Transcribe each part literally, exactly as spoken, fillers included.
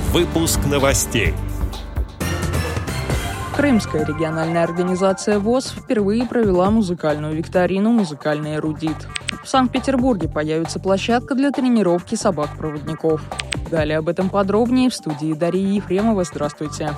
Выпуск новостей. Крымская региональная организация ВОС впервые провела музыкальную викторину «Музыкальный эрудит». В Санкт-Петербурге появится площадка для тренировки собак-проводников. Далее об этом подробнее в студии Дарьи Ефремова. Здравствуйте.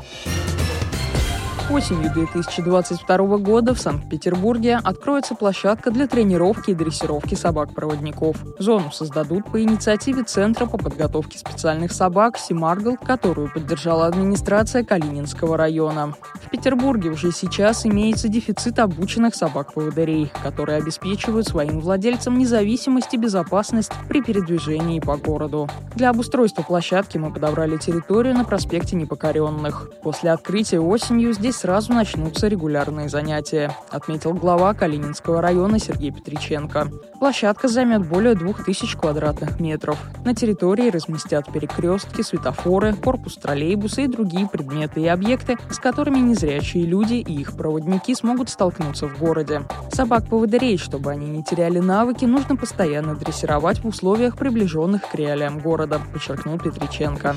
Осенью две тысячи двадцать второго года в Санкт-Петербурге откроется площадка для тренировки и дрессировки собак-проводников. Зону создадут по инициативе Центра по подготовке специальных собак «Семаргл», которую поддержала администрация Калининского района. В Петербурге уже сейчас имеется дефицит обученных собак-поводырей, которые обеспечивают своим владельцам независимость и безопасность при передвижении по городу. Для обустройства площадки мы подобрали территорию на проспекте Непокоренных. После открытия осенью здесь сразу начнутся регулярные занятия, отметил глава Калининского района Сергей Петриченко. Площадка займет более двух тысяч квадратных метров. На территории разместят перекрестки, светофоры, корпус троллейбуса и другие предметы и объекты, с которыми незрячие люди и их проводники смогут столкнуться в городе. Собак-поводырей, чтобы они не теряли навыки, нужно постоянно дрессировать в условиях, приближенных к реалиям города, подчеркнул Петриченко.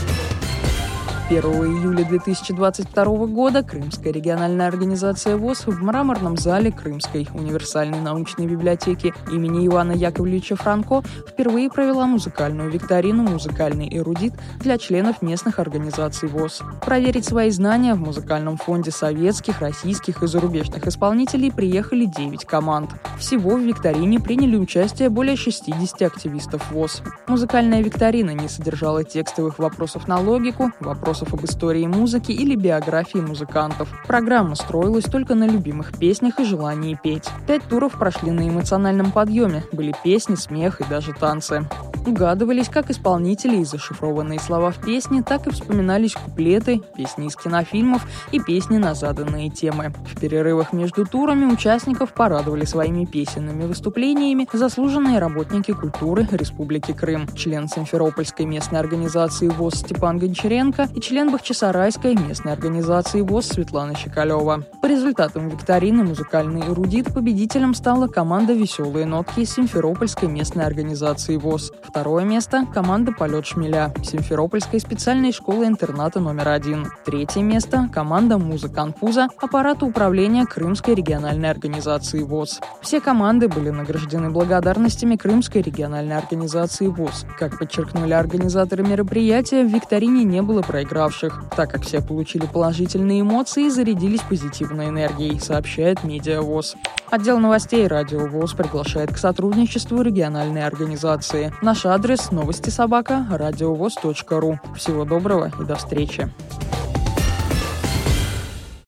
первого июля две тысячи двадцать второго года Крымская региональная организация ВОС в мраморном зале Крымской универсальной научной библиотеки имени Ивана Яковлевича Франко впервые провела музыкальную викторину «Музыкальный эрудит» для членов местных организаций ВОС. Проверить свои знания в музыкальном фонде советских, российских и зарубежных исполнителей приехали девять команд. Всего в викторине приняли участие более шестидесяти активистов ВОС. Музыкальная викторина не содержала текстовых вопросов на логику, вопросов об истории музыки или биографии музыкантов. Программа строилась только на любимых песнях и желании петь. Пять туров прошли на эмоциональном подъеме. Были песни, смех и даже танцы. Угадывались как исполнители и зашифрованные слова в песне, так и вспоминались куплеты, песни из кинофильмов и песни на заданные темы. В перерывах между турами участников порадовали своими песенными выступлениями заслуженные работники культуры Республики Крым, член Симферопольской местной организации ВОС Степан Гончаренко и член Бахчисарайской местной организации ВОС Светлана Щекалева. По результатам викторины «Музыкальный эрудит» победителем стала команда «Веселые нотки» из Симферопольской местной организации ВОС. Второе место – команда «Полет шмеля» Симферопольской специальной школы-интерната номер один. Третье место – команда «Муза-конфуза» аппарата управления Крымской региональной организации ВОС. Все команды были награждены благодарностями Крымской региональной организации ВОС. Как подчеркнули организаторы мероприятия, в викторине не было проигравших, так как все получили положительные эмоции и зарядились позитивной энергией, сообщает Медиа ВОС. Отдел новостей радио ВОС приглашает к сотрудничеству региональной организации. Наш адрес – новости собака радиовос точка ру. Всего доброго и до встречи.